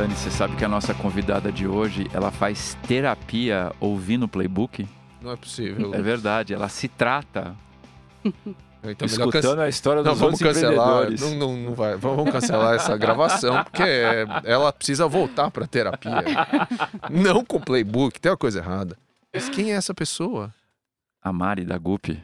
Dani, você sabe que a nossa convidada de hoje, ela faz terapia ouvindo playbook? Não é possível. É verdade, ela se trata Então, escutando a história dos vamos outros cancelar. empreendedores. Não vai. Vamos cancelar essa gravação, porque ela precisa voltar pra terapia. Não com playbook, tem uma coisa errada. Mas quem é essa pessoa? A Mari da Gup.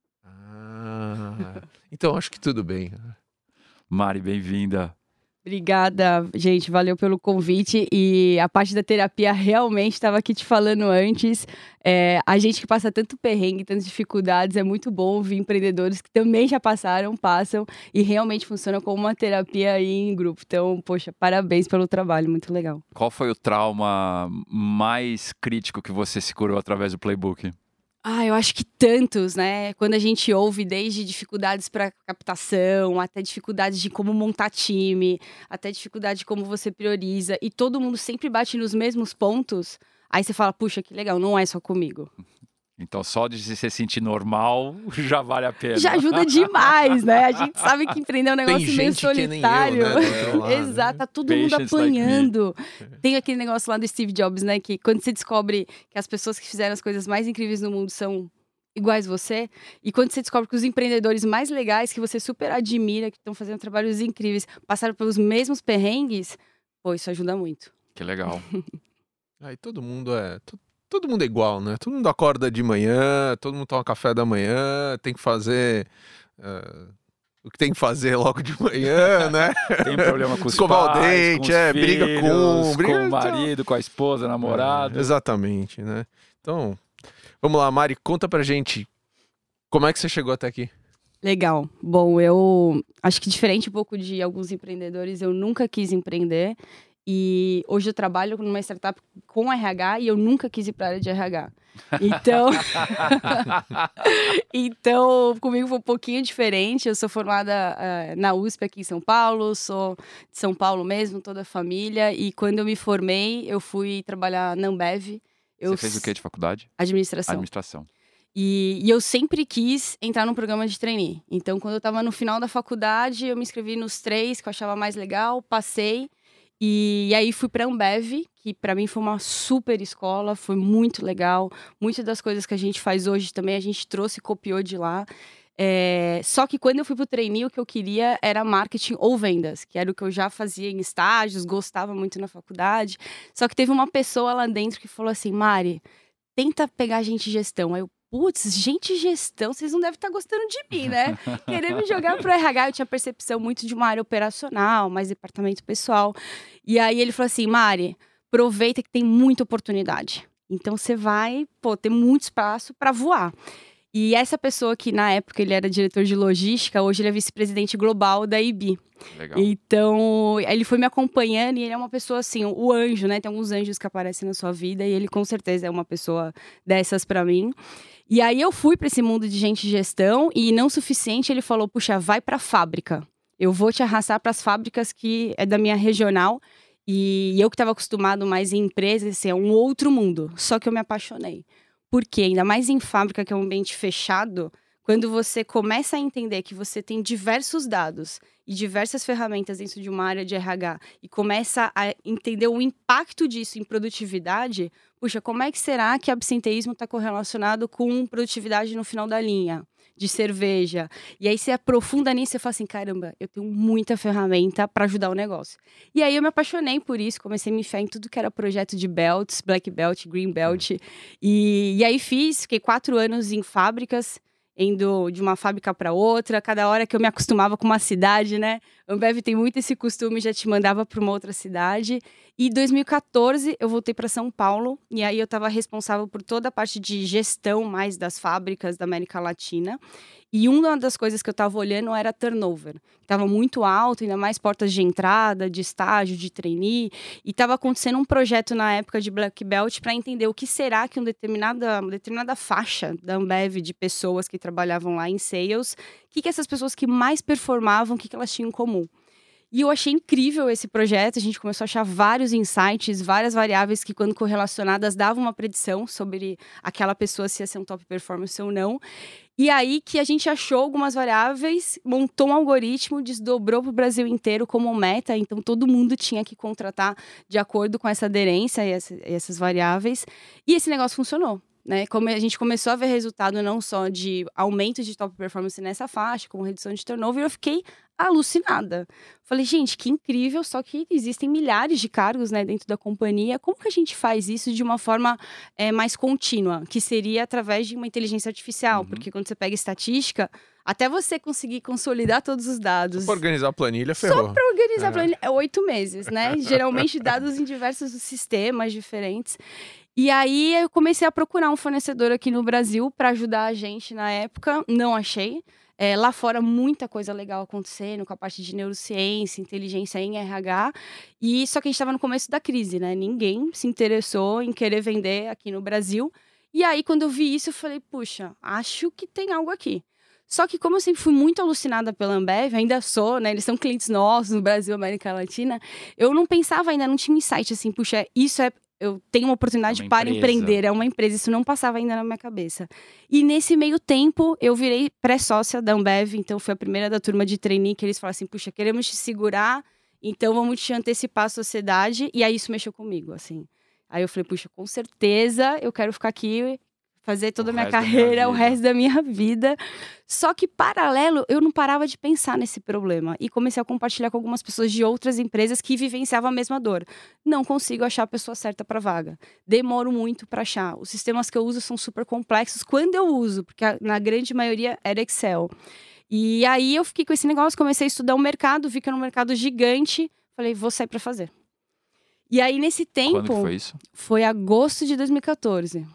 Então acho que tudo bem. Mari, bem-vinda. Obrigada, gente. Valeu pelo convite. E a parte da terapia realmente estava aqui te falando antes. A gente que passa tanto perrengue, tantas dificuldades, é muito bom ouvir empreendedores que também já passam e realmente funciona como uma terapia aí em grupo. Então, poxa, parabéns pelo trabalho, muito legal. Qual foi o trauma mais crítico que você se curou através do playbook? Eu acho que tantos, né? Quando a gente ouve desde dificuldades para captação, até dificuldades de como montar time, até dificuldade de como você prioriza, e todo mundo sempre bate nos mesmos pontos, aí você fala, puxa, que legal, não é só comigo. Então só de se sentir normal já vale a pena. Já ajuda demais, né? A gente sabe que empreender é um negócio meio solitário. Que nem eu, né? Exato, tá todo mundo apanhando. Tem aquele negócio lá do Steve Jobs, né? Que quando você descobre que as pessoas que fizeram as coisas mais incríveis no mundo são iguais você, e quando você descobre que os empreendedores mais legais, que você super admira, que estão fazendo trabalhos incríveis, passaram pelos mesmos perrengues, pô, isso ajuda muito. Que legal. Aí todo mundo é igual, né? Todo mundo acorda de manhã, todo mundo toma café da manhã, tem que fazer o que tem que fazer logo de manhã, né? Tem problema com os escovar pais, o dente, com os briga filhos, com o marido, com a esposa, namorado. Exatamente, né? Então, vamos lá, Mari, conta pra gente como é que você chegou até aqui. Legal. Bom, eu acho que diferente um pouco de alguns empreendedores, eu nunca quis empreender. E hoje eu trabalho numa startup com RH e eu nunca quis ir para a área de RH. Então, comigo foi um pouquinho diferente. Eu sou formada na USP aqui em São Paulo, sou de São Paulo mesmo, toda a família. E quando eu me formei, eu fui trabalhar na Ambev. Você fez o que de faculdade? Administração. E eu sempre quis entrar num programa de trainee. Então, quando eu estava no final da faculdade, eu me inscrevi nos 3 que eu achava mais legal, passei. E aí fui para a Ambev, que para mim foi uma super escola, foi muito legal. Muitas das coisas que a gente faz hoje também a gente trouxe e copiou de lá. Só que quando eu fui para o trainee, o que eu queria era marketing ou vendas, que era o que eu já fazia em estágios, gostava muito na faculdade. Só que teve uma pessoa lá dentro que falou assim, Mari, tenta pegar gente de gestão. Aí eu, putz, gente de gestão, vocês não devem estar gostando de mim, né? Querer me jogar pro RH, eu tinha percepção muito de uma área operacional, mais departamento pessoal. E aí ele falou assim, Mari, aproveita que tem muita oportunidade. Então você vai, ter muito espaço para voar. E essa pessoa que na época ele era diretor de logística, hoje ele é vice-presidente global da IB. Legal. Então, ele foi me acompanhando e ele é uma pessoa assim, o anjo, né? Tem alguns anjos que aparecem na sua vida e ele com certeza é uma pessoa dessas para mim. E aí eu fui para esse mundo de gente de gestão e não suficiente, ele falou, puxa, vai para a fábrica. Eu vou te arrastar para as fábricas que é da minha regional. E eu que estava acostumado mais em empresas, assim, é um outro mundo. Só que eu me apaixonei. Porque ainda mais em fábrica, que é um ambiente fechado, quando você começa a entender que você tem diversos dados e diversas ferramentas dentro de uma área de RH e começa a entender o impacto disso em produtividade, puxa, como é que será que absenteísmo está correlacionado com produtividade no final da linha de cerveja? E aí você aprofunda nisso e fala assim, caramba, eu tenho muita ferramenta para ajudar o negócio. E aí eu me apaixonei por isso, comecei a me enfiar em tudo que era projeto de belts, black belt, green belt. E aí fiquei 4 anos em fábricas, indo de uma fábrica para outra, cada hora que eu me acostumava com uma cidade, né? A Ambev tem muito esse costume, já te mandava para uma outra cidade. E em 2014 eu voltei para São Paulo e aí eu estava responsável por toda a parte de gestão mais das fábricas da América Latina. E uma das coisas que eu estava olhando era turnover. Estava muito alto, ainda mais portas de entrada, de estágio, de trainee. E estava acontecendo um projeto na época de Black Belt para entender o que será que uma determinada faixa da Ambev de pessoas que trabalhavam lá em sales, o que essas pessoas que mais performavam, o que elas tinham em comum. E eu achei incrível esse projeto, a gente começou a achar vários insights, várias variáveis que quando correlacionadas davam uma predição sobre aquela pessoa se ia ser um top performance ou não. E aí que a gente achou algumas variáveis, montou um algoritmo, desdobrou para o Brasil inteiro como meta, então todo mundo tinha que contratar de acordo com essa aderência e essas variáveis. E esse negócio funcionou. Né? Como a gente começou a ver resultado não só de aumento de top performance nessa faixa, como redução de turnover, eu fiquei alucinada. Falei, gente, que incrível, só que existem milhares de cargos, né, dentro da companhia. Como que a gente faz isso de uma forma mais contínua? Que seria através de uma inteligência artificial, porque quando você pega estatística, até você conseguir consolidar todos os dados. Só para organizar a planilha, ferrou. Só para organizar a planilha, 8 meses, né? Geralmente dados em diversos sistemas diferentes. E aí eu comecei a procurar um fornecedor aqui no Brasil para ajudar a gente na época, não achei. Lá fora, muita coisa legal acontecendo com a parte de neurociência, inteligência em RH. E só que a gente estava no começo da crise, né? Ninguém se interessou em querer vender aqui no Brasil. E aí, quando eu vi isso, eu falei, puxa, acho que tem algo aqui. Só que como eu sempre fui muito alucinada pela Ambev, ainda sou, né? Eles são clientes nossos no Brasil, América Latina. Eu não pensava ainda, não tinha um insight assim, puxa, eu tenho uma oportunidade para empreender, é uma empresa, isso não passava ainda na minha cabeça. E nesse meio tempo, eu virei pré-sócia da Ambev, então fui a primeira da turma de trainee, que eles falaram assim, puxa, queremos te segurar, então vamos te antecipar à sociedade, e aí isso mexeu comigo, assim. Aí eu falei, puxa, com certeza eu quero ficar aqui, fazer toda a minha carreira, o resto da minha vida. Só que, paralelo, eu não parava de pensar nesse problema. E comecei a compartilhar com algumas pessoas de outras empresas que vivenciavam a mesma dor. Não consigo achar a pessoa certa para vaga. Demoro muito para achar. Os sistemas que eu uso são super complexos quando eu uso, porque na grande maioria era Excel. E aí eu fiquei com esse negócio, comecei a estudar o mercado, vi que era um mercado gigante. Falei, vou sair para fazer. E aí, nesse tempo... Quando que foi isso? Foi agosto de 2014.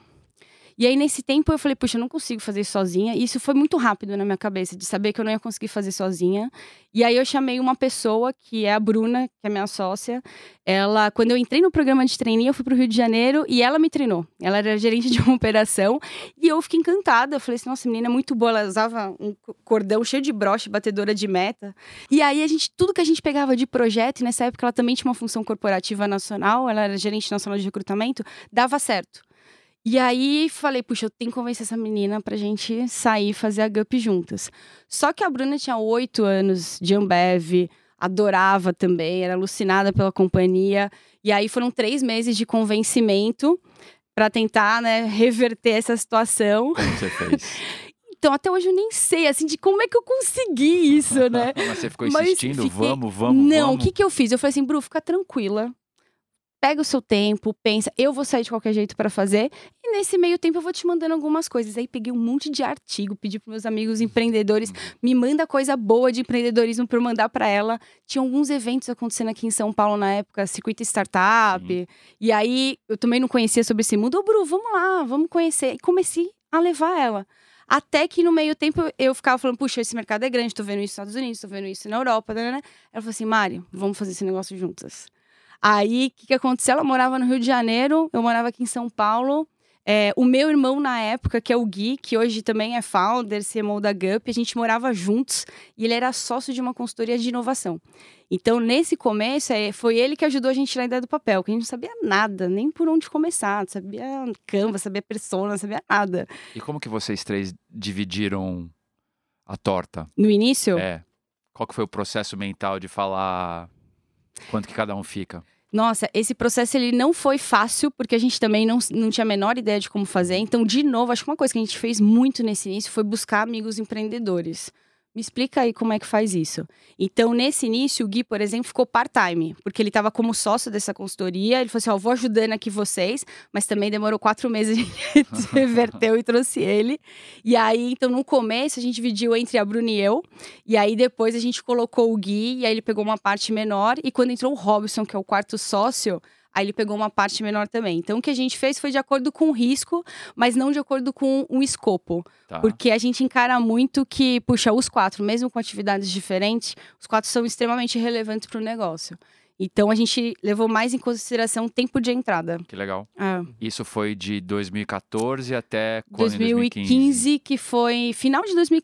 E aí, nesse tempo, eu falei, puxa, eu não consigo fazer isso sozinha. E isso foi muito rápido na minha cabeça, de saber que eu não ia conseguir fazer sozinha. E aí, eu chamei uma pessoa, que é a Bruna, que é minha sócia. Ela, quando eu entrei no programa de trainee, eu fui pro Rio de Janeiro e ela me treinou. Ela era gerente de uma operação. E eu fiquei encantada. Eu falei assim, nossa, menina é muito boa. Ela usava um cordão cheio de broche, batedora de meta. E aí, tudo que a gente pegava de projeto, e nessa época ela também tinha uma função corporativa nacional, ela era gerente nacional de recrutamento, dava certo. E aí, falei, puxa, eu tenho que convencer essa menina pra gente sair e fazer a GUP juntas. Só que a Bruna tinha 8 anos de Ambev, adorava também, era alucinada pela companhia. E aí foram 3 meses de convencimento pra tentar, né, reverter essa situação. Como você fez? Então, até hoje eu nem sei, assim, de como é que eu consegui isso, né? Mas você ficou insistindo, vamos. Não, o que eu fiz? Eu falei assim, Bru, fica tranquila. Pega o seu tempo, pensa, eu vou sair de qualquer jeito para fazer. E nesse meio tempo eu vou te mandando algumas coisas. Aí peguei um monte de artigo, pedi para meus amigos empreendedores, me manda coisa boa de empreendedorismo para eu mandar para ela. Tinha alguns eventos acontecendo aqui em São Paulo na época, Circuito Startup. Sim. E aí eu também não conhecia sobre esse mundo. Ô, Bru, vamos lá, vamos conhecer. E comecei a levar ela. Até que no meio tempo eu ficava falando, puxa, esse mercado é grande, tô vendo isso nos Estados Unidos, tô vendo isso na Europa. Né? Ela falou assim, Mari, vamos fazer esse negócio juntas. Aí, o que aconteceu? Ela morava no Rio de Janeiro, eu morava aqui em São Paulo. O meu irmão, na época, que é o Gui, que hoje também é founder, CMO da GUP, a gente morava juntos e ele era sócio de uma consultoria de inovação. Então, nesse começo, foi ele que ajudou a gente a tirar a ideia do papel, que a gente não sabia nada, nem por onde começar. Não sabia Canva, sabia Persona, não sabia nada. E como que vocês 3 dividiram a torta? No início? Qual que foi o processo mental de falar quanto que cada um fica? Nossa, esse processo ele não foi fácil, porque a gente também não tinha a menor ideia de como fazer. Então, de novo, acho que uma coisa que a gente fez muito nesse início foi buscar amigos empreendedores. Me explica aí como é que faz isso. Então, nesse início, o Gui, por exemplo, ficou part-time, porque ele estava como sócio dessa consultoria. Ele falou assim, vou ajudando aqui vocês, mas também demorou 4 meses, a gente reverteu e trouxe ele. E aí, então, no começo, a gente dividiu entre a Bruna e eu. E aí, depois, a gente colocou o Gui, e aí ele pegou uma parte menor. E quando entrou o Robson, que é o 4º sócio, aí ele pegou uma parte menor também. Então, o que a gente fez foi de acordo com o risco, mas não de acordo com o escopo. Tá. Porque a gente encara muito que, puxa, os 4, mesmo com atividades diferentes, os 4 são extremamente relevantes para o negócio. Então, a gente levou mais em consideração o tempo de entrada. Que legal. Isso foi de 2014 até quando? 2015, que foi final de 2014.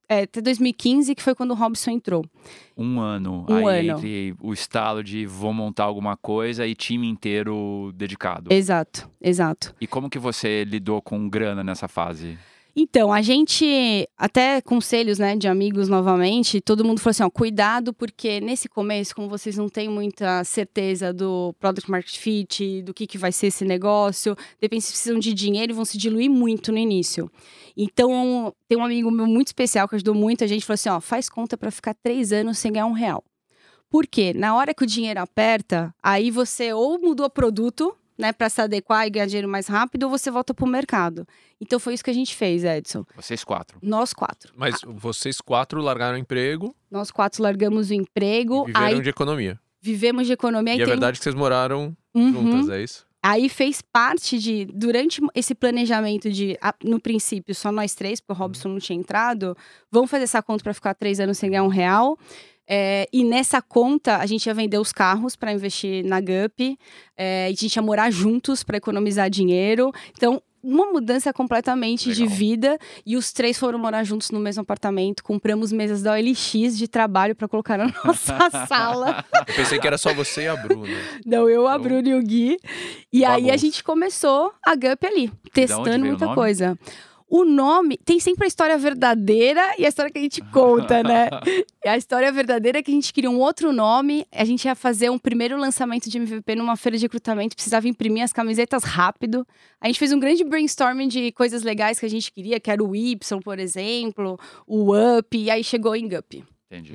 até 2015, que foi quando o Robson entrou. Um ano. Um aí ano. entre o estalo de vou montar alguma coisa e time inteiro dedicado. Exato. E como que você lidou com grana nessa fase? Então, a gente, até conselhos, né, de amigos novamente, todo mundo falou assim, ó, cuidado, porque nesse começo, como vocês não têm muita certeza do Product Market Fit, do que vai ser esse negócio, de repente vocês precisam de dinheiro e vão se diluir muito no início. Então, tem um amigo meu muito especial que ajudou muito a gente, falou assim, ó, faz conta para ficar 3 anos sem ganhar R$1. Por quê? Na hora que o dinheiro aperta, aí você ou mudou produto, né, para se adequar e ganhar dinheiro mais rápido, ou você volta pro mercado. Então foi isso que a gente fez, Edson. Vocês 4. Nós 4. Mas vocês 4 largaram o emprego Nós 4 largamos o emprego, e viveram aí de economia. vivemos de economia. E é tem... verdade que vocês moraram Uhum. juntas, é isso? Aí fez parte de, durante esse planejamento de, no princípio, só nós 3, porque o Robson não tinha entrado, vamos fazer essa conta para ficar 3 anos sem ganhar R$1. E nessa conta, a gente ia vender os carros para investir na Gup, a gente ia morar juntos para economizar dinheiro. Então, uma mudança completamente de vida. E os 3 foram morar juntos no mesmo apartamento. Compramos mesas da OLX de trabalho para colocar na nossa sala. Eu pensei que era só você e a Bruna. Não, eu, a Bruna e o Gui. E aí a gente começou a Gup ali, testando muita coisa. O nome, tem sempre a história verdadeira e a história que a gente conta, né? A história verdadeira é que a gente queria um outro nome, a gente ia fazer um primeiro lançamento de MVP numa feira de recrutamento, precisava imprimir as camisetas rápido. A gente fez um grande brainstorming de coisas legais que a gente queria, que era o Y, por exemplo, o Up, e aí chegou em Gup. Entendi.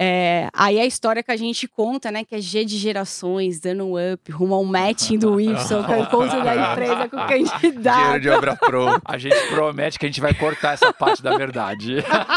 Aí a história que a gente conta, né, que é G de gerações, dando um up, rumo ao matching do Y, que é o encontro da empresa com o candidato. Dinheiro de obra pronta. A gente promete que a gente vai cortar essa parte da verdade.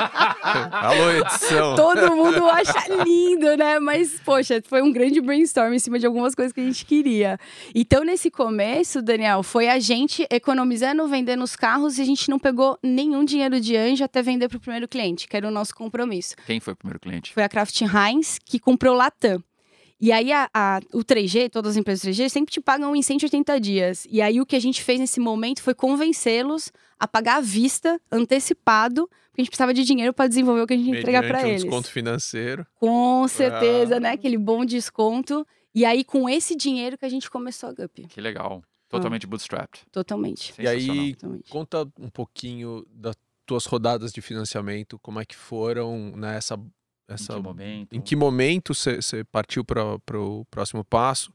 Alô, edição. Todo mundo acha lindo, né? Mas, poxa, foi um grande brainstorm em cima de algumas coisas que a gente queria. Então, nesse começo, Daniel, foi a gente economizando, vendendo os carros e a gente não pegou nenhum dinheiro de anjo até vender para o primeiro cliente, que era o nosso compromisso. Quem foi o primeiro cliente? Foi a Kraft Heinz, que comprou o Latam. E aí, o 3G, todas as empresas 3G, sempre te pagam em 180 dias. E aí, o que a gente fez nesse momento foi convencê-los a pagar à vista, antecipado, porque a gente precisava de dinheiro para desenvolver o que a gente ia entregar para eles. Desconto financeiro. Com certeza, né? Aquele bom desconto. E aí, com esse dinheiro que a gente começou a Gup. Que legal. Totalmente bootstrapped. Totalmente. E aí, Totalmente. conta um pouquinho das tuas rodadas de financiamento, como é que foram nessa... Em que momento? Em que momento você partiu para o próximo passo?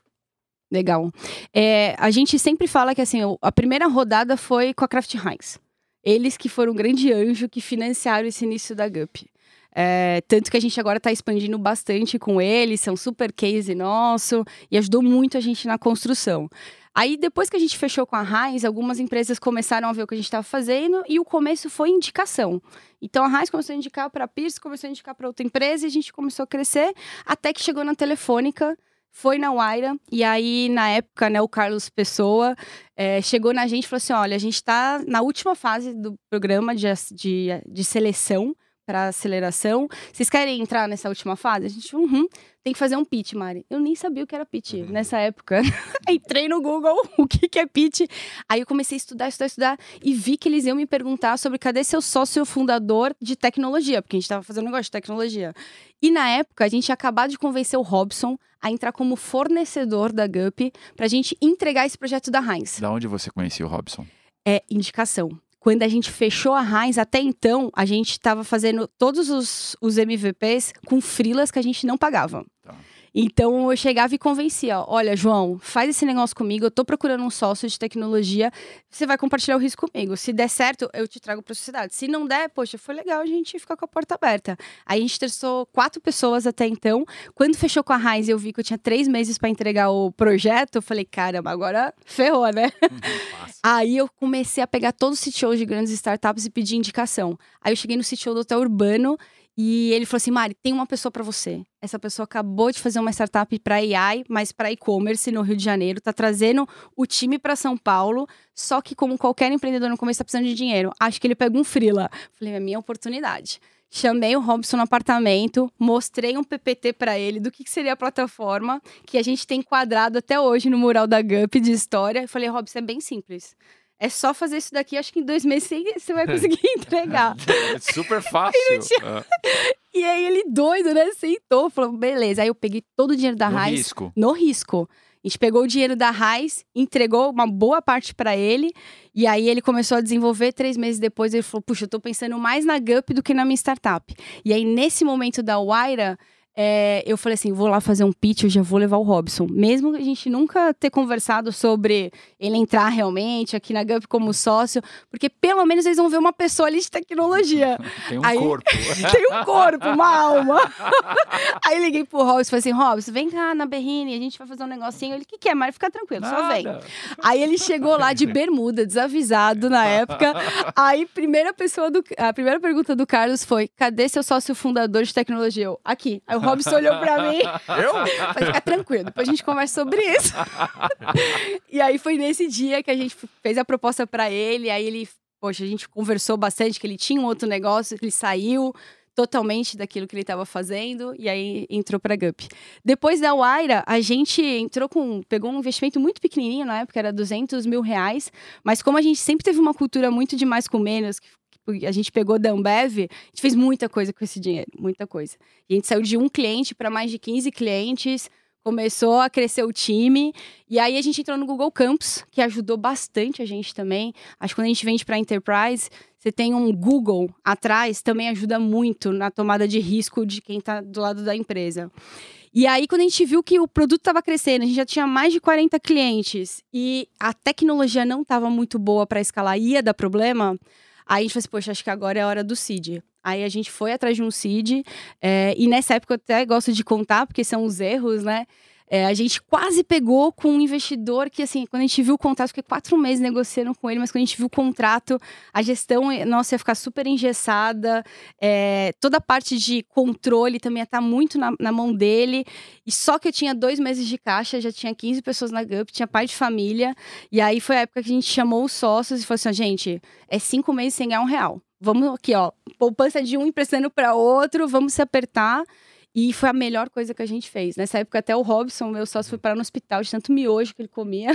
Legal. A gente sempre fala que assim, a primeira rodada foi com a Kraft Heinz. Eles que foram o grande anjo que financiaram esse início da Gup. Tanto que a gente agora está expandindo bastante com eles, são super case nosso e ajudou muito a gente na construção. Aí, depois que a gente fechou com a Heinz, algumas empresas começaram a ver o que a gente estava fazendo e o começo foi indicação. Então, a Heinz começou a indicar para a Pierce, começou a indicar para outra empresa e a gente começou a crescer até que chegou na Telefônica, foi na Wayra. E aí, na época, né, o Carlos Pessoa chegou na gente e falou assim, olha, a gente está na última fase do programa de seleção para aceleração. Vocês querem entrar nessa última fase? A gente, tem que fazer um pitch, Mari. Eu nem sabia o que era pitch nessa época. Entrei no Google, o que é pitch? Aí eu comecei a estudar e vi que eles iam me perguntar sobre cadê seu sócio fundador de tecnologia, porque a gente estava fazendo um negócio de tecnologia. E na época, a gente tinha acabado de convencer o Robson a entrar como fornecedor da Gup para a gente entregar esse projeto da Heinz. Da onde você conhecia o Robson? Indicação. Quando a gente fechou a Heinz, até então, a gente estava fazendo todos os MVPs com freelas que a gente não pagava. Tá. Então, eu chegava e convencia, olha, João, faz esse negócio comigo, eu tô procurando um sócio de tecnologia, você vai compartilhar o risco comigo. Se der certo, eu te trago pra sociedade. Se não der, poxa, foi legal a gente ficar com a porta aberta. Aí a gente testou 4 pessoas até então. Quando fechou com a Heinz, eu vi que eu tinha 3 meses pra entregar o projeto, eu falei, caramba, agora ferrou, né? Aí eu comecei a pegar todos os CTOs de grandes startups e pedir indicação. Aí eu cheguei no CTO do Hotel Urbano e ele falou assim, Mari, tem uma pessoa para você. Essa pessoa acabou de fazer uma startup para AI, mas para e-commerce no Rio de Janeiro. Tá trazendo o time para São Paulo, só que como qualquer empreendedor no começo tá precisando de dinheiro. Acho que ele pega um freela. Falei, é minha oportunidade. Chamei o Robson no apartamento, mostrei um PPT para ele do que seria a plataforma, que a gente tem enquadrado até hoje no mural da Gup de história. Eu falei, Robson, é bem simples. é só fazer isso daqui, acho que em 2 meses você vai conseguir entregar. É super fácil. E aí ele doido, né, sentou, falou, beleza. Aí eu peguei todo o dinheiro da Raiz. Risco. No risco. A gente pegou o dinheiro da Raiz, entregou uma boa parte pra ele. E aí ele começou a desenvolver. 3 meses depois ele falou, puxa, eu tô pensando mais na Gup do que na minha startup. E aí nesse momento da Wayra, eu falei assim, vou lá fazer um pitch, eu já vou levar o Robson. Mesmo a gente nunca ter conversado sobre ele entrar realmente aqui na Gup como sócio, porque pelo menos eles vão ver uma pessoa ali de tecnologia. Tem um corpo. Tem um corpo, uma alma. Aí liguei pro Robson e falei assim, Robson, vem cá na Berrine, a gente vai fazer um negocinho. Ele, o que é, Mari? Fica tranquilo, só vem. Aí ele chegou lá de bermuda, desavisado na época. Aí a primeira pergunta do Carlos foi, cadê seu sócio fundador de tecnologia? Eu, aqui. Aí o Robson olhou pra mim. Eu? Falei, fica tranquilo, depois a gente conversa sobre isso. E aí foi nesse dia que a gente fez a proposta pra ele. Aí ele, poxa, a gente conversou bastante, que ele tinha um outro negócio, que ele saiu totalmente daquilo que ele estava fazendo. E aí entrou pra Gup. Depois da Wayra, a gente pegou um investimento muito pequenininho na época, era R$200 mil. Mas como a gente sempre teve uma cultura muito de mais com menos, a gente pegou da Ambev, a gente fez muita coisa com esse dinheiro, muita coisa. E a gente saiu de 1 cliente para mais de 15 clientes, começou a crescer o time, e aí a gente entrou no Google Campus, que ajudou bastante a gente também. Acho que quando a gente vende para Enterprise, você tem um Google atrás, também ajuda muito na tomada de risco de quem está do lado da empresa. E aí, quando a gente viu que o produto estava crescendo, a gente já tinha mais de 40 clientes, e a tecnologia não estava muito boa para escalar, ia dar problema. Aí a gente falou assim, poxa, acho que agora é a hora do seed. Aí a gente foi atrás de um seed, e nessa época eu até gosto de contar, porque são os erros, né? A gente quase pegou com um investidor que, assim, quando a gente viu o contrato, fiquei 4 meses negociando com ele, mas quando a gente viu o contrato, a gestão, nossa, ia ficar super engessada, toda a parte de controle também ia estar muito na mão dele, e só que eu tinha 2 meses de caixa, já tinha 15 pessoas na Gup, tinha pai de família, e aí foi a época que a gente chamou os sócios e falou assim, gente, 5 meses sem ganhar R$1. Vamos aqui, ó, poupança de um emprestando para outro, vamos se apertar. E foi a melhor coisa que a gente fez. Nessa época, até o Robson, meu sócio, foi parar no hospital de tanto miojo que ele comia.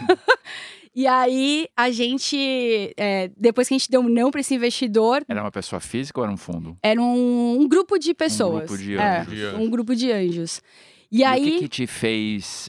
E aí, a gente... depois que a gente deu um não para esse investidor... Era uma pessoa física ou era um fundo? Era um grupo de pessoas. Um grupo de anjos. Um grupo de anjos. E aí... o que te fez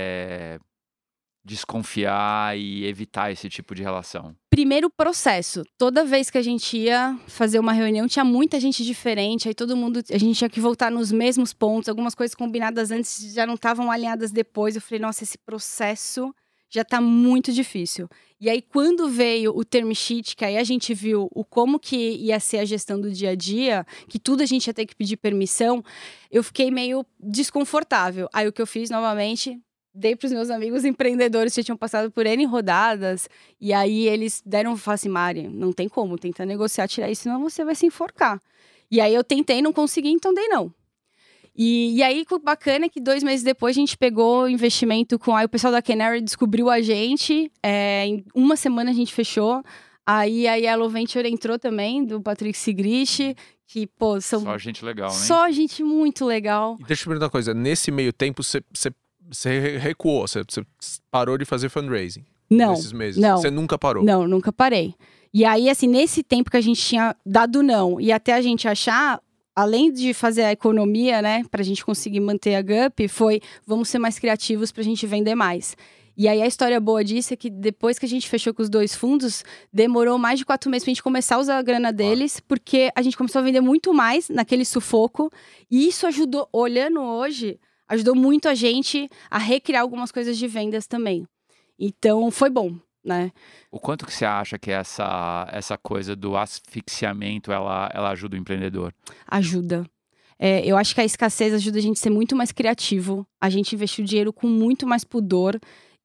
desconfiar e evitar esse tipo de relação? Primeiro processo. Toda vez que a gente ia fazer uma reunião, tinha muita gente diferente. Aí todo mundo... A gente tinha que voltar nos mesmos pontos. Algumas coisas combinadas antes já não estavam alinhadas depois. Eu falei, nossa, esse processo já tá muito difícil. E aí, quando veio o term sheet, que aí a gente viu como que ia ser a gestão do dia a dia, que tudo a gente ia ter que pedir permissão, eu fiquei meio desconfortável. Aí, o que eu fiz, novamente... Dei para os meus amigos empreendedores que tinham passado por N rodadas. E aí eles falaram assim, Mari, não tem como, tenta negociar, tirar isso, senão você vai se enforcar. E aí eu tentei, não consegui, então dei não. E aí o bacana é que 2 meses depois a gente pegou investimento com... Aí o pessoal da Canary descobriu a gente, em 1 semana a gente fechou. Aí a Yellow Venture entrou também, do Patrick Sigrist, que, pô, são... Só gente legal, né? Só gente muito legal. E deixa eu te perguntar uma coisa, nesse meio tempo você recuou, você parou de fazer fundraising? Não, nesses meses? Não. Você nunca parou? Não, nunca parei. E aí, assim, nesse tempo que a gente tinha dado não, e até a gente achar, além de fazer a economia, né, pra gente conseguir manter a Gup, foi, vamos ser mais criativos pra gente vender mais. E aí, a história boa disso é que depois que a gente fechou com os 2 fundos, demorou mais de 4 meses pra gente começar a usar a grana deles, porque a gente começou a vender muito mais naquele sufoco, e isso ajudou, olhando hoje... Ajudou muito a gente a recriar algumas coisas de vendas também. Então, foi bom, né? O quanto que você acha que essa coisa do asfixiamento, ela ajuda o empreendedor? Ajuda. Eu acho que a escassez ajuda a gente a ser muito mais criativo. A gente investir o dinheiro com muito mais pudor.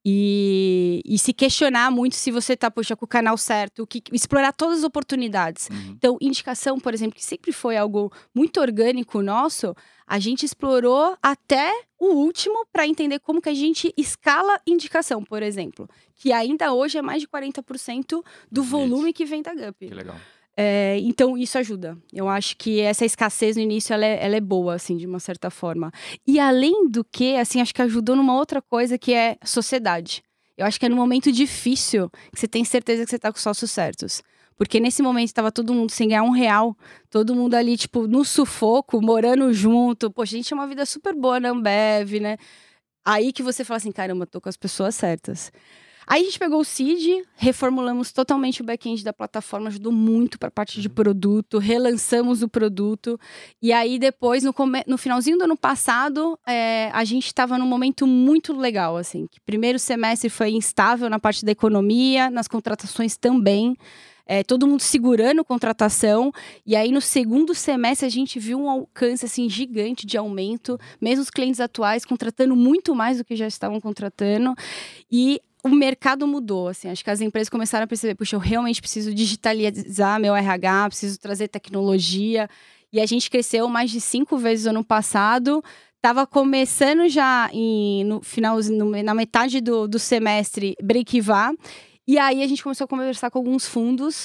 E se questionar muito se você tá, poxa, com o canal certo, explorar todas as oportunidades. Uhum. Então, indicação, por exemplo, que sempre foi algo muito orgânico nosso, a gente explorou até o último para entender como que a gente escala indicação, por exemplo. Que ainda hoje é mais de 40% do volume que vem da Gup. Que legal. Então, isso ajuda. Eu acho que essa escassez no início, ela é boa, assim, de uma certa forma. E além do que, assim, acho que ajudou numa outra coisa que é sociedade. Eu acho que é no momento difícil que você tem certeza que você tá com os sócios certos. Porque nesse momento estava todo mundo sem ganhar R$1, todo mundo ali, tipo, no sufoco, morando junto. Poxa, a gente tinha uma vida super boa na Ambev, né? Aí que você fala assim, caramba, tô com as pessoas certas. Aí a gente pegou o Seed, reformulamos totalmente o back-end da plataforma, ajudou muito para a parte de produto, relançamos o produto. E aí depois, no finalzinho do ano passado, a gente estava num momento muito legal, assim. Que primeiro semestre foi instável na parte da economia, nas contratações também. Todo mundo segurando contratação, e aí no segundo semestre a gente viu um alcance assim, gigante de aumento, mesmo os clientes atuais contratando muito mais do que já estavam contratando, e o mercado mudou, assim, acho que as empresas começaram a perceber, puxa, eu realmente preciso digitalizar meu RH, preciso trazer tecnologia, e a gente cresceu mais de 5 vezes no ano passado. Estava começando já no final, na metade do semestre, break-even. E aí a gente começou a conversar com alguns fundos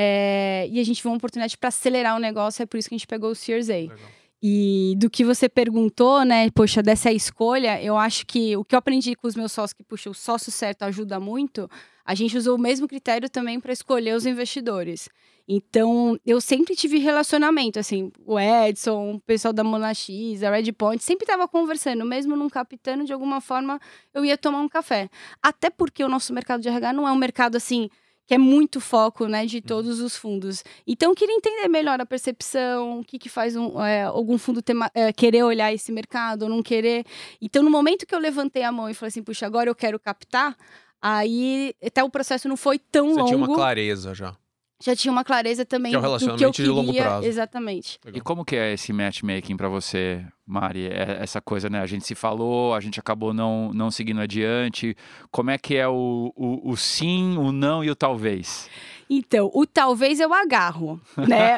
e a gente viu uma oportunidade para acelerar o negócio, é por isso que a gente pegou o Series A. Legal. E do que você perguntou, né, poxa, dessa escolha, eu acho que o que eu aprendi com os meus sócios, que, puxa, o sócio certo ajuda muito, a gente usou o mesmo critério também para escolher os investidores. Então, eu sempre tive relacionamento, assim, o Edson, o pessoal da Monax, a Redpoint, sempre estava conversando, mesmo não captando, de alguma forma, eu ia tomar um café. Até porque o nosso mercado de RH não é um mercado, assim, que é muito foco, né, de todos os fundos. Então, eu queria entender melhor a percepção, o que faz algum fundo querer olhar esse mercado ou não querer. Então, no momento que eu levantei a mão e falei assim, puxa, agora eu quero captar, aí até o processo não foi tão longo. Você tinha uma clareza já. Já tinha uma clareza também que é um do que eu queria. De longo prazo. Exatamente. Legal. E como que é esse matchmaking para você, Mari? Essa coisa, né? A gente se falou, a gente acabou não seguindo adiante. Como é que é o sim, o não e o talvez? Então, o talvez eu agarro, né?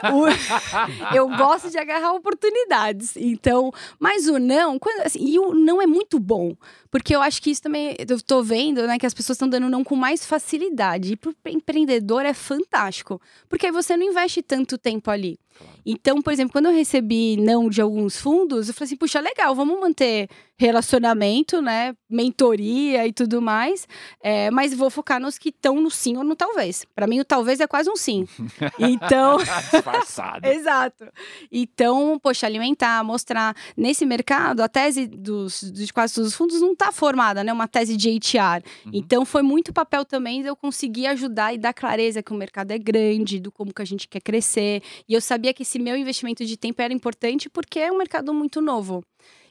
Eu gosto de agarrar oportunidades. Então, mas o não, e o não é muito bom. Porque eu acho que isso também, eu tô vendo, né, que as pessoas estão dando não com mais facilidade. E pro empreendedor é fantástico. Porque aí você não investe tanto tempo ali. Claro. Então, por exemplo, quando eu recebi não de alguns fundos, eu falei assim, puxa, legal, vamos manter relacionamento, né, mentoria e tudo mais, mas vou focar nos que estão no sim ou no talvez. Para mim, o talvez é quase um sim. Então... Disfarçado. Exato. Então, poxa, alimentar, mostrar. Nesse mercado, a tese de quase todos os fundos não está formada, né, uma tese de HR. Então, foi muito papel também de eu conseguir ajudar e dar clareza que o mercado é grande, do como que a gente quer crescer. E eu sabia que esse meu investimento de tempo era importante porque é um mercado muito novo.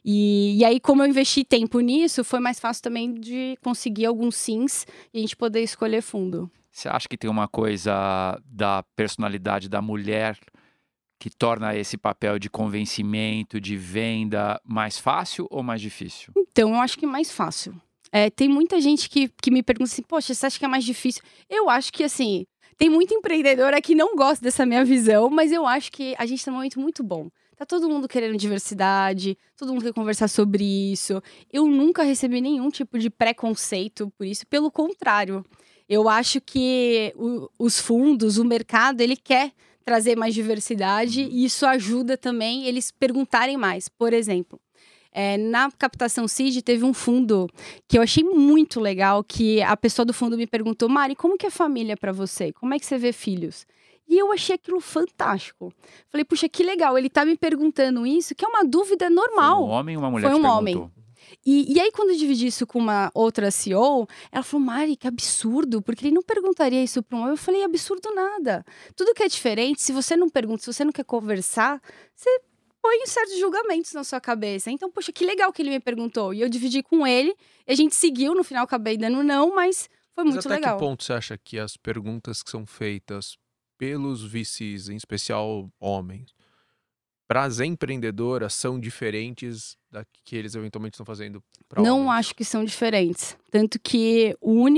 E aí, como eu investi tempo nisso, foi mais fácil também de conseguir alguns sims e a gente poder escolher fundo. Você acha que tem uma coisa da personalidade da mulher que torna esse papel de convencimento, de venda, mais fácil ou mais difícil? Então, eu acho que mais fácil. Tem muita gente que me pergunta assim, poxa, você acha que é mais difícil? Eu acho que, assim, tem muito empreendedora que não gosta dessa minha visão, mas eu acho que a gente está num momento muito bom. Tá todo mundo querendo diversidade, todo mundo quer conversar sobre isso. Eu nunca recebi nenhum tipo de preconceito por isso, pelo contrário. Eu acho que os fundos, o mercado, ele quer trazer mais diversidade e isso ajuda também eles perguntarem mais. Por exemplo, na captação Seed teve um fundo que eu achei muito legal, que a pessoa do fundo me perguntou, Mari, como que é família para você? Como é que você vê filhos? E eu achei aquilo fantástico. Falei, puxa, que legal, ele tá me perguntando isso, que é uma dúvida normal. Foi um homem ou uma mulher? Foi um que homem. E aí, quando eu dividi isso com uma outra CEO, ela falou, Mari, que absurdo, porque ele não perguntaria isso para um homem. Eu falei, absurdo nada. Tudo que é diferente, se você não pergunta, se você não quer conversar, você põe certos julgamentos na sua cabeça. Então, poxa, que legal que ele me perguntou. E eu dividi com ele, e a gente seguiu, no final acabei dando não, mas foi muito legal. Mas até que ponto você acha que as perguntas que são feitas pelos VCs, em especial homens, para as empreendedoras são diferentes da que eles eventualmente estão fazendo para homens? Não acho que são diferentes. Tanto que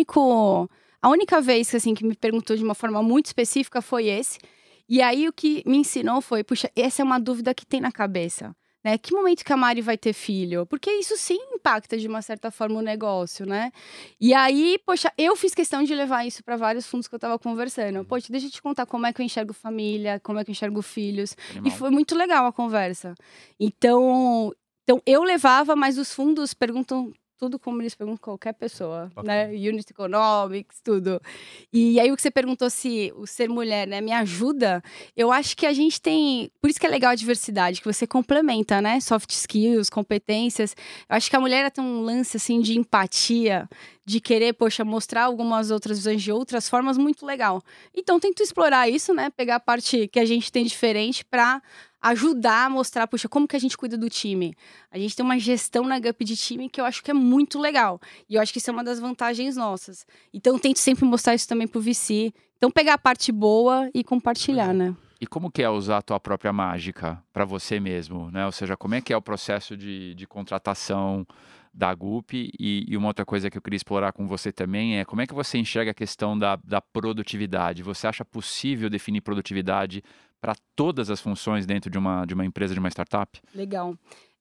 a única vez que, assim, que me perguntou de uma forma muito específica foi esse. E aí o que me ensinou foi, puxa, essa é uma dúvida que tem na cabeça. Né? Que momento que a Mari vai ter filho? Porque isso sim impacta de uma certa forma o negócio, né? E aí, poxa, eu fiz questão de levar isso para vários fundos que eu tava conversando. Poxa, deixa eu te contar como é que eu enxergo família, como é que eu enxergo filhos. Animal. E foi muito legal a conversa. Então eu levava, mas os fundos perguntam tudo como eles perguntam qualquer pessoa, né? Unit Economics, tudo. E aí o que você perguntou se o ser mulher, né, me ajuda, eu acho que a gente tem... Por isso que é legal a diversidade, que você complementa, né? Soft skills, competências. Eu acho que a mulher tem um lance, assim, de empatia, de querer, poxa, mostrar algumas outras visões de outras formas muito legal. Então, tento explorar isso, né? Pegar a parte que a gente tem diferente pra ajudar a mostrar, puxa, como que a gente cuida do time. A gente tem uma gestão na GUP de time que eu acho que é muito legal. E eu acho que isso é uma das vantagens nossas. Então, tento sempre mostrar isso também pro VC. Então, pegar a parte boa e compartilhar, né? E como que é usar a tua própria mágica para você mesmo, né? Ou seja, como é que é o processo de contratação da GUP? E uma outra coisa que eu queria explorar com você também é como é que você enxerga a questão da produtividade? Você acha possível definir produtividade para todas as funções dentro de uma empresa, de uma startup? Legal.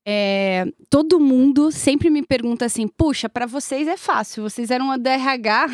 Todo mundo sempre me pergunta assim, puxa, para vocês é fácil, vocês eram a DRH,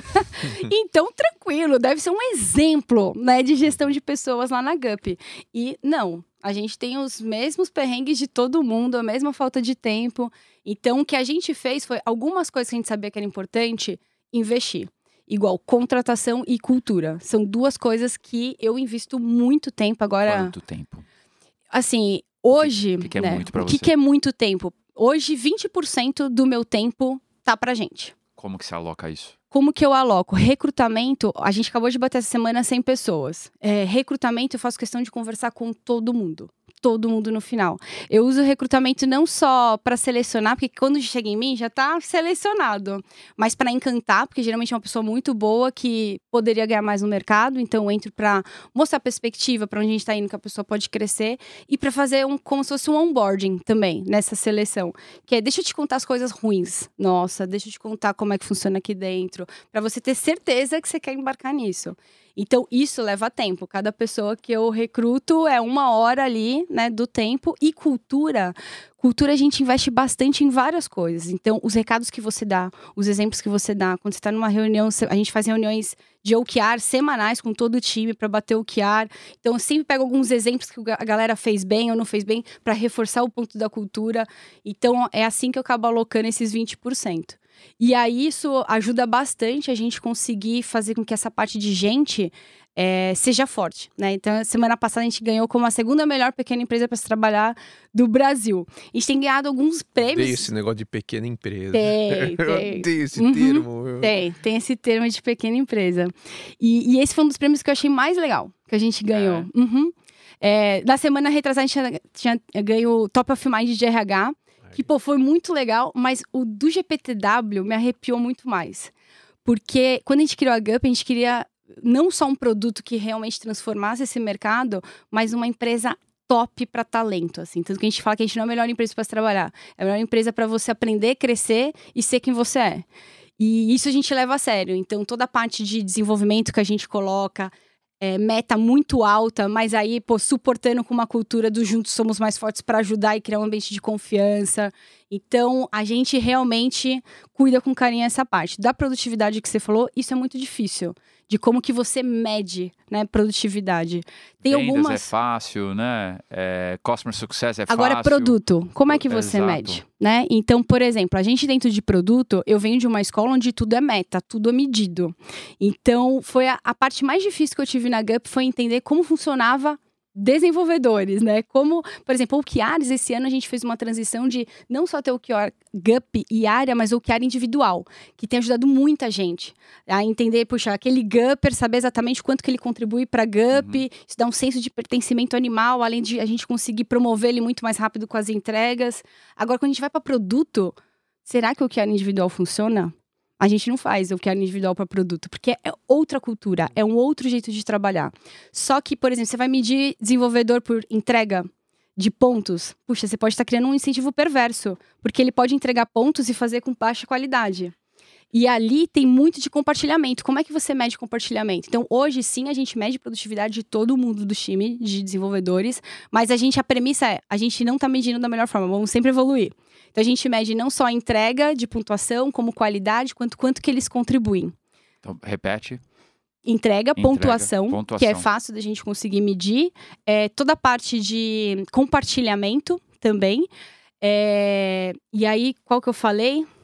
então tranquilo, deve ser um exemplo, né, de gestão de pessoas lá na GUP. E não, a gente tem os mesmos perrengues de todo mundo, a mesma falta de tempo. Então o que a gente fez foi algumas coisas que a gente sabia que era importante, investir. Igual contratação e cultura. São duas coisas que eu invisto muito tempo agora. Quanto tempo? Assim, hoje, O que é né, muito pra o você? que é muito tempo? Hoje, 20% do meu tempo tá pra gente. Como que você aloca isso? Como que eu aloco? Recrutamento, a gente acabou de bater essa semana 100 pessoas. Recrutamento, eu faço questão de conversar com todo mundo no final. Eu uso o recrutamento não só para selecionar, porque quando chega em mim já tá selecionado, mas para encantar, porque geralmente é uma pessoa muito boa que poderia ganhar mais no mercado, então eu entro para mostrar a perspectiva para onde a gente tá indo, que a pessoa pode crescer, e para fazer como se fosse um onboarding também nessa seleção, que é deixa eu te contar as coisas ruins. Nossa, deixa eu te contar como é que funciona aqui dentro, para você ter certeza que você quer embarcar nisso. Então, isso leva tempo. Cada pessoa que eu recruto é 1 hora ali, né, do tempo. E cultura a gente investe bastante em várias coisas. Então, os recados que você dá, os exemplos que você dá. Quando você está numa reunião, a gente faz reuniões de OKR semanais com todo o time para bater o OKR. Então, eu sempre pego alguns exemplos que a galera fez bem ou não fez bem para reforçar o ponto da cultura. Então, é assim que eu acabo alocando esses 20%. E aí isso ajuda bastante a gente conseguir fazer com que essa parte de gente seja forte, né? Então, semana passada a gente ganhou como a segunda melhor pequena empresa para se trabalhar do Brasil. A gente tem ganhado alguns prêmios. Tem esse negócio de pequena empresa. Tem. Eu odeio esse termo. Tem esse termo de pequena empresa. E esse foi um dos prêmios que eu achei mais legal, que a gente ganhou. Na semana retrasada a gente tinha ganho o Top of Mind de RH, que, pô, foi muito legal, mas o do GPTW me arrepiou muito mais. Porque quando a gente criou a GUP, a gente queria não só um produto que realmente transformasse esse mercado, mas uma empresa top para talento, assim. Tanto que a gente fala que a gente não é a melhor empresa para se trabalhar. É a melhor empresa para você aprender, crescer e ser quem você é. E isso a gente leva a sério. Então, toda a parte de desenvolvimento que a gente coloca, meta muito alta, mas aí, pô, suportando com uma cultura do juntos somos mais fortes para ajudar e criar um ambiente de confiança. Então, a gente realmente cuida com carinho essa parte. Da produtividade que você falou, isso é muito difícil. De como que você mede, né, produtividade. Tem Vendas algumas... é fácil, né? Customer Success é fácil. Agora, produto. Como é que você mede? Né? Então, por exemplo, a gente dentro de produto, eu venho de uma escola onde tudo é meta, tudo é medido. Então, foi a parte mais difícil que eu tive na GUP foi entender como funcionava desenvolvedores, né? Como, por exemplo, o OKRs, esse ano a gente fez uma transição de não só ter o OKR GUP e área, mas o OKR individual, que tem ajudado muita gente a entender, puxa, aquele GUPer, saber exatamente quanto que ele contribui para GUP, isso dá um senso de pertencimento animal, além de a gente conseguir promover ele muito mais rápido com as entregas. Agora, quando a gente vai para produto, será que o OKR individual funciona? A gente não faz o OKR individual para produto, porque é outra cultura, é um outro jeito de trabalhar. Só que, por exemplo, você vai medir desenvolvedor por entrega de pontos. Puxa, você pode estar criando um incentivo perverso, porque ele pode entregar pontos e fazer com baixa qualidade. E ali tem muito de compartilhamento. Como é que você mede compartilhamento? Então, hoje, sim, a gente mede produtividade de todo mundo do time de desenvolvedores, mas a premissa é, a gente não está medindo da melhor forma, vamos sempre evoluir. Então, a gente mede não só a entrega de pontuação, como qualidade, quanto que eles contribuem. Então, repete. Entrega, pontuação, que é fácil da gente conseguir medir. Toda a parte de compartilhamento também. E aí, qual que eu falei?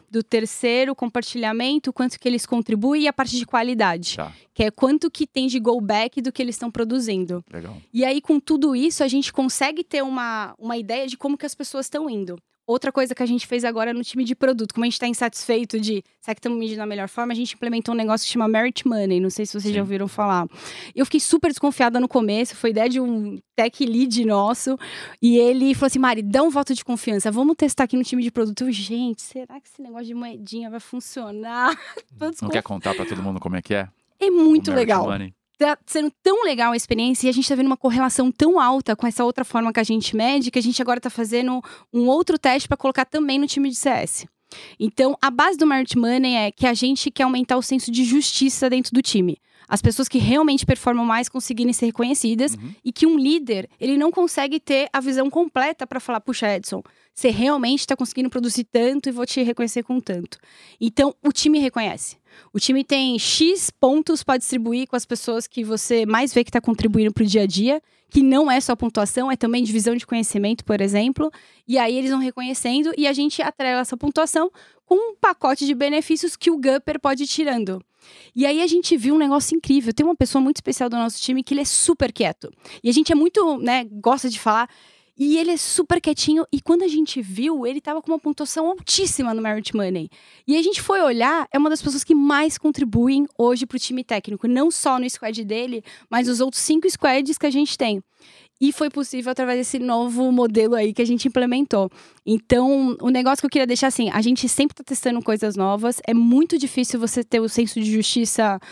do terceiro compartilhamento, quanto que eles contribuem, e a parte de qualidade. Tá, Que é quanto que tem de go back do que eles estão produzindo. legal. E aí, com tudo isso, a gente consegue ter uma ideia de como que as pessoas estão indo. Outra coisa que a gente fez agora no time de produto, como a gente está insatisfeito de será que estamos medindo da melhor forma, a gente implementou um negócio que chama Merit Money, não sei se vocês já ouviram falar. Eu fiquei super desconfiada no começo, foi ideia de um tech lead nosso, e ele falou assim, Mari, dá um voto de confiança, vamos testar aqui no time de produto. Eu, gente, será que esse negócio de moedinha vai funcionar? Não quer contar pra todo mundo como é que é? É muito O Merit legal. Money? Tá sendo tão legal a experiência e a gente tá vendo uma correlação tão alta com essa outra forma que a gente mede, que a gente agora tá fazendo um outro teste para colocar também no time de CS. Então, a base do Merit Money é que a gente quer aumentar o senso de justiça dentro do time. As pessoas que realmente performam mais conseguirem ser reconhecidas e que um líder, ele não consegue ter a visão completa para falar, puxa, Edson, você realmente está conseguindo produzir tanto e vou te reconhecer com tanto. Então, o time reconhece. O time tem X pontos para distribuir com as pessoas que você mais vê que está contribuindo para o dia a dia, que não é só pontuação, é também divisão de conhecimento, por exemplo. E aí eles vão reconhecendo e a gente atrela essa pontuação com um pacote de benefícios que o Gupper pode ir tirando. E aí a gente viu um negócio incrível. Tem uma pessoa muito especial do nosso time que ele é super quieto. E a gente é muito, gosta de falar. E ele é super quietinho. E quando a gente viu, ele tava com uma pontuação altíssima no Merit Money. E a gente foi olhar, é uma das pessoas que mais contribuem hoje pro time técnico. Não só no squad dele, mas nos outros 5 squads que a gente tem. E foi possível através desse novo modelo aí que a gente implementou. Então, o negócio que eu queria deixar assim, a gente sempre tá testando coisas novas. É muito difícil você ter o senso de justiça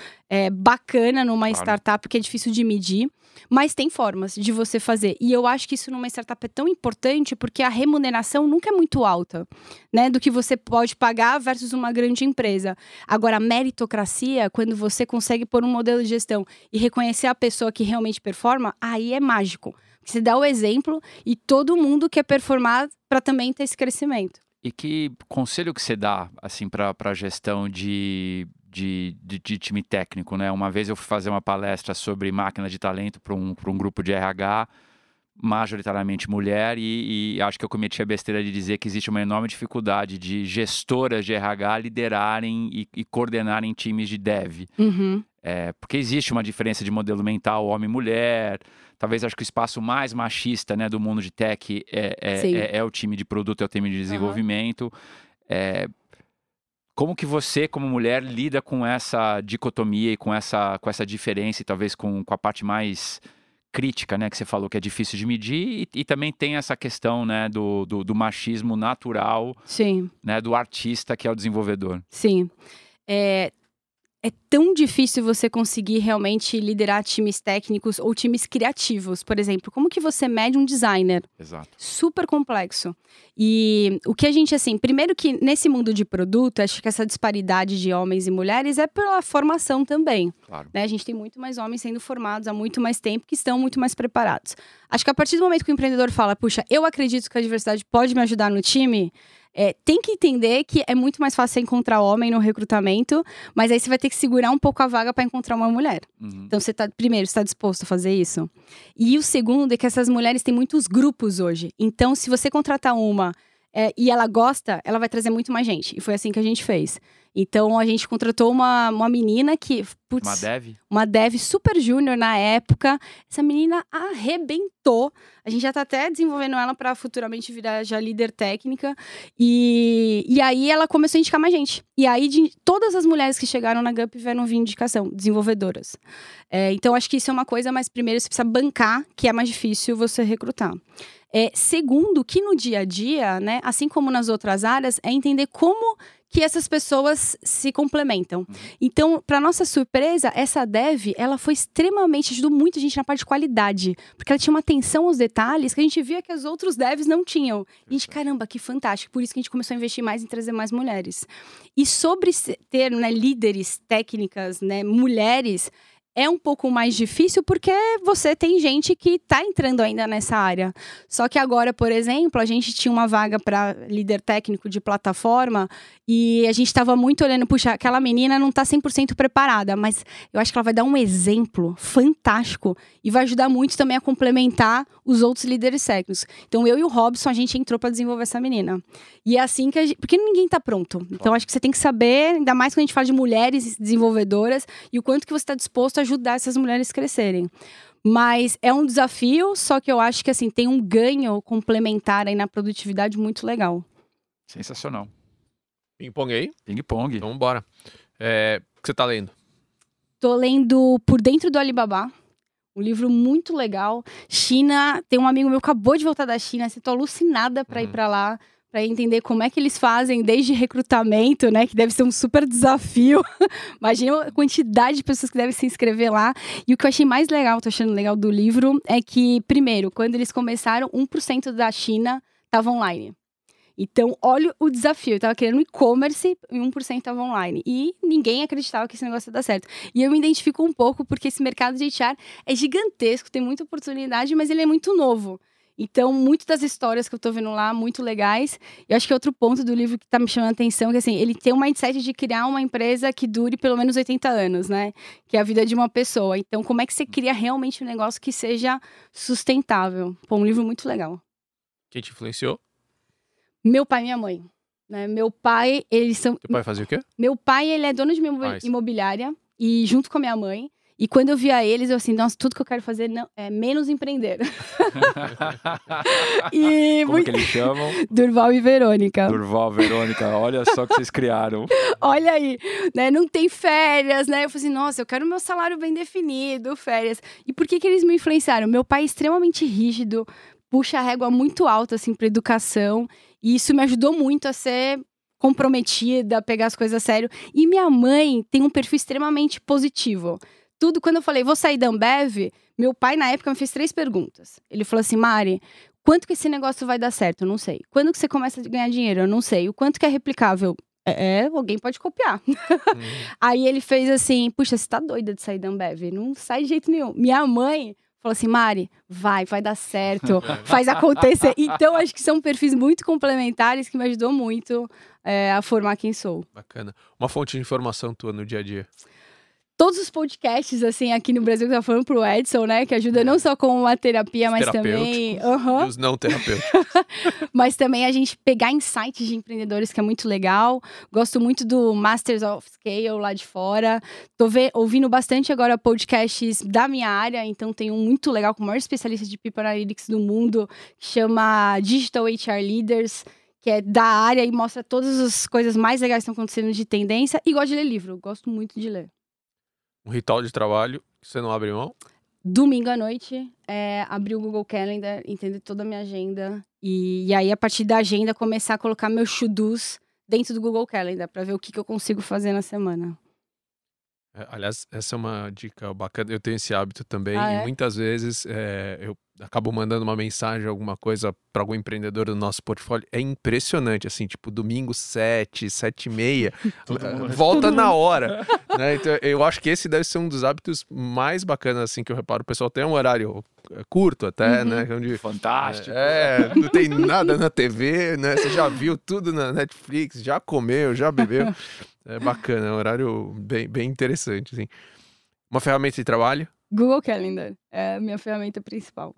bacana numa startup, porque é difícil de medir. Mas tem formas de você fazer. E eu acho que isso numa startup é tão importante porque a remuneração nunca é muito alta, né? Do que você pode pagar versus uma grande empresa. Agora, a meritocracia, quando você consegue pôr um modelo de gestão e reconhecer a pessoa que realmente performa, aí é mágico. Você dá o exemplo e todo mundo quer performar para também ter esse crescimento. E que conselho que você dá, assim, para a gestão de time técnico, né? Uma vez eu fui fazer uma palestra sobre máquina de talento para um grupo de RH, majoritariamente mulher, e acho que eu cometi a besteira de dizer que existe uma enorme dificuldade de gestoras de RH liderarem e coordenarem times de dev. Porque existe uma diferença de modelo mental homem-mulher. Talvez acho que o espaço mais machista, né, do mundo de tech é o time de produto, é o time de desenvolvimento. Como que você, como mulher, lida com essa dicotomia e com essa diferença e talvez com a parte mais crítica, né, que você falou que é difícil de medir e também tem essa questão, né, do machismo natural, né, do artista que é o desenvolvedor. Sim. É tão difícil você conseguir realmente liderar times técnicos ou times criativos. Por exemplo, como que você mede um designer? Exato. Super complexo. E o que a gente, assim, primeiro que nesse mundo de produto, acho que essa disparidade de homens e mulheres é pela formação também. Claro. Né? A gente tem muito mais homens sendo formados há muito mais tempo que estão muito mais preparados. Acho que a partir do momento que o empreendedor fala, puxa, eu acredito que a diversidade pode me ajudar no time, tem que entender que é muito mais fácil você encontrar homem no recrutamento, mas aí você vai ter que segurar um pouco a vaga para encontrar uma mulher. Então, primeiro, você está disposto a fazer isso? E o segundo é que essas mulheres têm muitos grupos hoje. Então, se você contratar uma e ela gosta, ela vai trazer muito mais gente. E foi assim que a gente fez. Então, a gente contratou uma menina que... Uma dev? Uma dev super júnior na época. Essa menina arrebentou. A gente já tá até desenvolvendo ela para futuramente virar já líder técnica. E aí, ela começou a indicar mais gente. E aí, todas as mulheres que chegaram na Gup vieram vir indicação, desenvolvedoras. Então, acho que isso é uma coisa, mas primeiro você precisa bancar, que é mais difícil você recrutar. Segundo, que no dia a dia, né, assim como nas outras áreas, é entender como que essas pessoas se complementam. Então, para nossa surpresa, essa dev, ela foi extremamente, ajudou muito a gente na parte de qualidade, porque ela tinha uma atenção aos detalhes que a gente via que os outros devs não tinham. E a gente, caramba, que fantástico. Por isso que a gente começou a investir mais em trazer mais mulheres. E sobre ter, né, líderes técnicas, né, mulheres, É um pouco mais difícil porque você tem gente que tá entrando ainda nessa área. Só que agora, por exemplo, a gente tinha uma vaga para líder técnico de plataforma e a gente estava muito olhando, puxa, aquela menina não tá 100% preparada, mas eu acho que ela vai dar um exemplo fantástico e vai ajudar muito também a complementar os outros líderes técnicos. Então, eu e o Robson, a gente entrou para desenvolver essa menina. E é assim que porque ninguém tá pronto. Então, acho que você tem que saber, ainda mais quando a gente fala de mulheres desenvolvedoras, e o quanto que você está disposto a ajudar essas mulheres a crescerem. Mas é um desafio, só que eu acho que assim, tem um ganho complementar aí na produtividade muito legal. Sensacional. Ping-pong aí? Ping-pong. Então, bora. O que você tá lendo? Tô lendo Por Dentro do Alibaba. Um livro muito legal. China, tem um amigo meu que acabou de voltar da China. Assim, tô alucinada para ir para lá, para entender como é que eles fazem desde recrutamento, né? Que deve ser um super desafio. Imagina a quantidade de pessoas que devem se inscrever lá. E o que eu achei mais legal, tô achando legal do livro, é que, primeiro, quando eles começaram, 1% da China estava online. Então, olha o desafio. Eu tava querendo e-commerce e 1% estava online. E ninguém acreditava que esse negócio ia dar certo. E eu me identifico um pouco porque esse mercado de HR é gigantesco, tem muita oportunidade, mas ele é muito novo. Então, muitas das histórias que eu tô vendo lá, muito legais. Eu acho que outro ponto do livro que tá me chamando a atenção é que, assim, ele tem um mindset de criar uma empresa que dure pelo menos 80 anos, né? Que é a vida de uma pessoa. Então, como é que você cria realmente um negócio que seja sustentável? Pô, um livro muito legal. Quem te influenciou? Meu pai e minha mãe. Né? Meu pai, eles são... Teu pai fazia o quê? Meu pai, ele é dono de uma imobiliária. E junto com a minha mãe. E quando eu via eles, eu assim, nossa, tudo que eu quero fazer é menos empreender. E como que eles chamam? Durval e Verônica. Durval, Verônica, olha só o que vocês criaram. Olha aí, né? Não tem férias, né? Eu falei assim, nossa, eu quero meu salário bem definido, férias. E por que eles me influenciaram? Meu pai é extremamente rígido, puxa a régua muito alta, assim, pra educação. E isso me ajudou muito a ser comprometida, a pegar as coisas a sério. E minha mãe tem um perfil extremamente positivo. Tudo, quando eu falei, vou sair da Ambev, meu pai, na época, me fez 3 perguntas. Ele falou assim, Mari, quanto que esse negócio vai dar certo? Eu não sei. Quando que você começa a ganhar dinheiro? Eu não sei. O quanto que é replicável? Alguém pode copiar. Aí ele fez assim, puxa, você tá doida de sair da Ambev? Não sai de jeito nenhum. Minha mãe falou assim, Mari, vai dar certo, faz acontecer. Então, acho que são perfis muito complementares que me ajudou muito a formar quem sou. Bacana. Uma fonte de informação tua no dia a dia? Todos os podcasts, assim, aqui no Brasil, que eu tava falando pro Edson, né? Que ajuda não só com uma terapia, mas também... E os não terapêuticos. Mas também a gente pegar insights de empreendedores, que é muito legal. Gosto muito do Masters of Scale lá de fora. Tô ouvindo bastante agora podcasts da minha área. Então tem um muito legal, com o maior especialista de People Analytics do mundo, que chama Digital HR Leaders, que é da área e mostra todas as coisas mais legais que estão acontecendo de tendência. E gosto de ler livro, gosto muito de ler. Um ritual de trabalho que você não abre mão? Domingo à noite, abrir o Google Calendar, entender toda a minha agenda. E aí, a partir da agenda, começar a colocar meus to-dos dentro do Google Calendar, para ver o que eu consigo fazer na semana. Aliás, essa é uma dica bacana. Eu tenho esse hábito também. E muitas vezes eu acabo mandando uma mensagem, alguma coisa para algum empreendedor do nosso portfólio. É impressionante, assim, tipo, domingo 7h30, volta na hora. Né? Então, eu acho que esse deve ser um dos hábitos mais bacanas, assim, que eu reparo. O pessoal tem um horário curto até, né? Onde, fantástico. Não tem nada na TV, né? Você já viu tudo na Netflix, já comeu, já bebeu. É bacana, é um horário bem interessante, assim. Uma ferramenta de trabalho? Google Calendar é a minha ferramenta principal.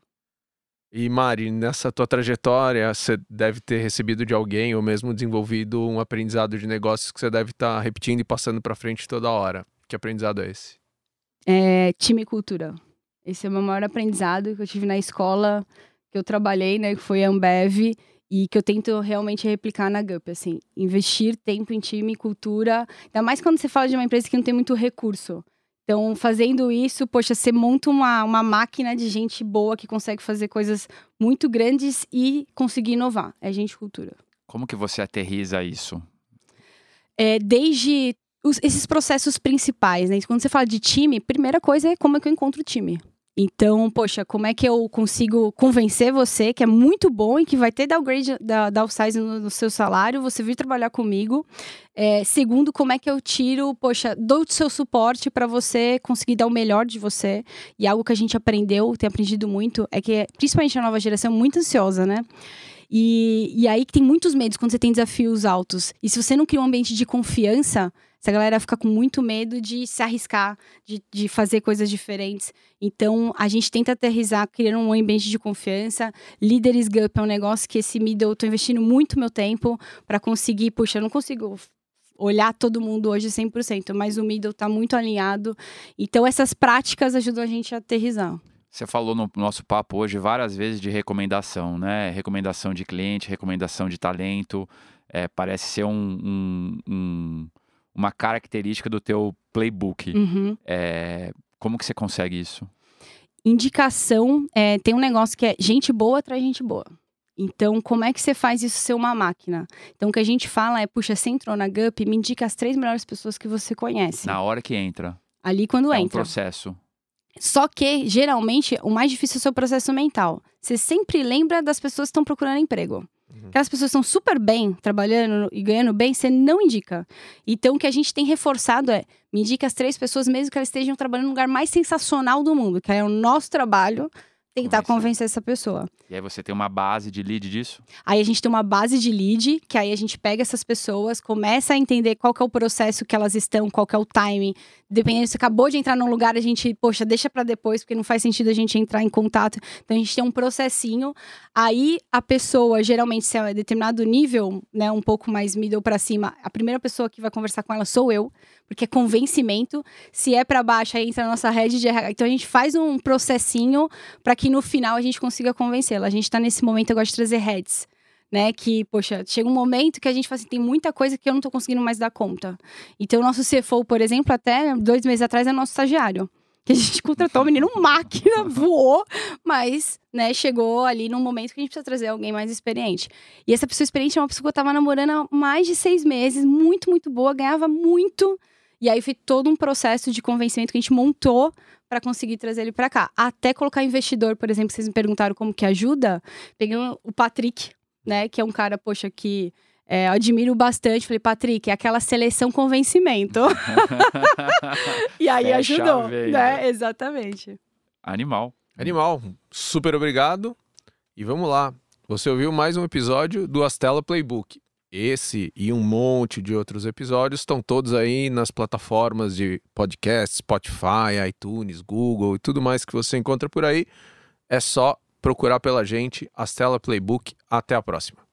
E Mari, nessa tua trajetória, você deve ter recebido de alguém ou mesmo desenvolvido um aprendizado de negócios que você deve estar repetindo e passando para frente toda hora. Que aprendizado é esse? Time e cultura. Esse é o meu maior aprendizado que eu tive na escola, que eu trabalhei, né, que foi a Ambev, e que eu tento realmente replicar na Gup, assim. Investir tempo em time e cultura, ainda mais quando você fala de uma empresa que não tem muito recurso. Então, fazendo isso, poxa, você monta uma máquina de gente boa que consegue fazer coisas muito grandes e conseguir inovar. É gente cultura. Como que você aterriza isso? Desde esses processos principais, né? Quando você fala de time, primeira coisa é como é que eu encontro o time. Então, poxa, como é que eu consigo convencer você, que é muito bom e que vai ter downgrade, downsize no seu salário, você vir trabalhar comigo. Segundo, como é que eu tiro, dou o seu suporte para você conseguir dar o melhor de você. E algo que a gente aprendeu, tem aprendido muito, é que, principalmente a nova geração, é muito ansiosa, né? E aí que tem muitos medos quando você tem desafios altos. E se você não cria um ambiente de confiança, essa galera fica com muito medo de se arriscar, de fazer coisas diferentes. Então, a gente tenta aterrissar, criando um ambiente de confiança. Líderes Gup é um negócio que esse middle, eu tô investindo muito meu tempo para conseguir, eu não consigo olhar todo mundo hoje 100%, mas o middle tá muito alinhado. Então, essas práticas ajudam a gente a aterrissar. Você falou no nosso papo hoje várias vezes de recomendação, né? Recomendação de cliente, recomendação de talento. Parece ser uma característica do teu playbook. Uhum. Como que você consegue isso? Indicação, tem um negócio que é gente boa traz gente boa. Então, como é que você faz isso ser uma máquina? Então, o que a gente fala é, você entrou na Gup, me indica as 3 melhores pessoas que você conhece. Na hora que entra. Ali quando entra. É um processo. Só que, geralmente, o mais difícil é o seu processo mental. Você sempre lembra das pessoas que estão procurando emprego. Aquelas pessoas estão super bem, trabalhando e ganhando bem, você não indica. Então, o que a gente tem reforçado me indica as 3 pessoas, mesmo que elas estejam trabalhando no lugar mais sensacional do mundo, que é o nosso trabalho, tentar convencer essa pessoa. E aí você tem uma base de lead disso? Aí a gente tem uma base de lead, que aí a gente pega essas pessoas, começa a entender qual que é o processo que elas estão, qual que é o timing. Dependendo, se acabou de entrar num lugar, a gente, deixa pra depois, porque não faz sentido a gente entrar em contato. Então, a gente tem um processinho. Aí, a pessoa, geralmente, se é determinado nível, né, um pouco mais middle pra cima, a primeira pessoa que vai conversar com ela sou eu, porque é convencimento. Se é pra baixo, aí entra a nossa head de RH. Então, a gente faz um processinho pra que no final a gente consiga convencê-la. A gente tá nesse momento agora de trazer heads. Né, que, chega um momento que a gente fala assim, tem muita coisa que eu não tô conseguindo mais dar conta. Então, o nosso CFO, por exemplo, até 2 meses atrás, é nosso estagiário. Que a gente contratou o menino máquina, voou, mas, né, chegou ali num momento que a gente precisa trazer alguém mais experiente. E essa pessoa experiente é uma pessoa que eu tava namorando há mais de 6 meses, muito, muito boa, ganhava muito. E aí, foi todo um processo de convencimento que a gente montou para conseguir trazer ele para cá. Até colocar investidor, por exemplo, que vocês me perguntaram como que ajuda. Peguei o Patrick, né, que é um cara, que eu admiro bastante. Falei, Patrick, é aquela seleção com vencimento. E aí ajudou, né? Exatamente. Animal. Super obrigado. E vamos lá. Você ouviu mais um episódio do Astela Playbook. Esse e um monte de outros episódios estão todos aí nas plataformas de podcast, Spotify, iTunes, Google e tudo mais que você encontra por aí. É só procurar pela gente, Astela Playbook. Até a próxima.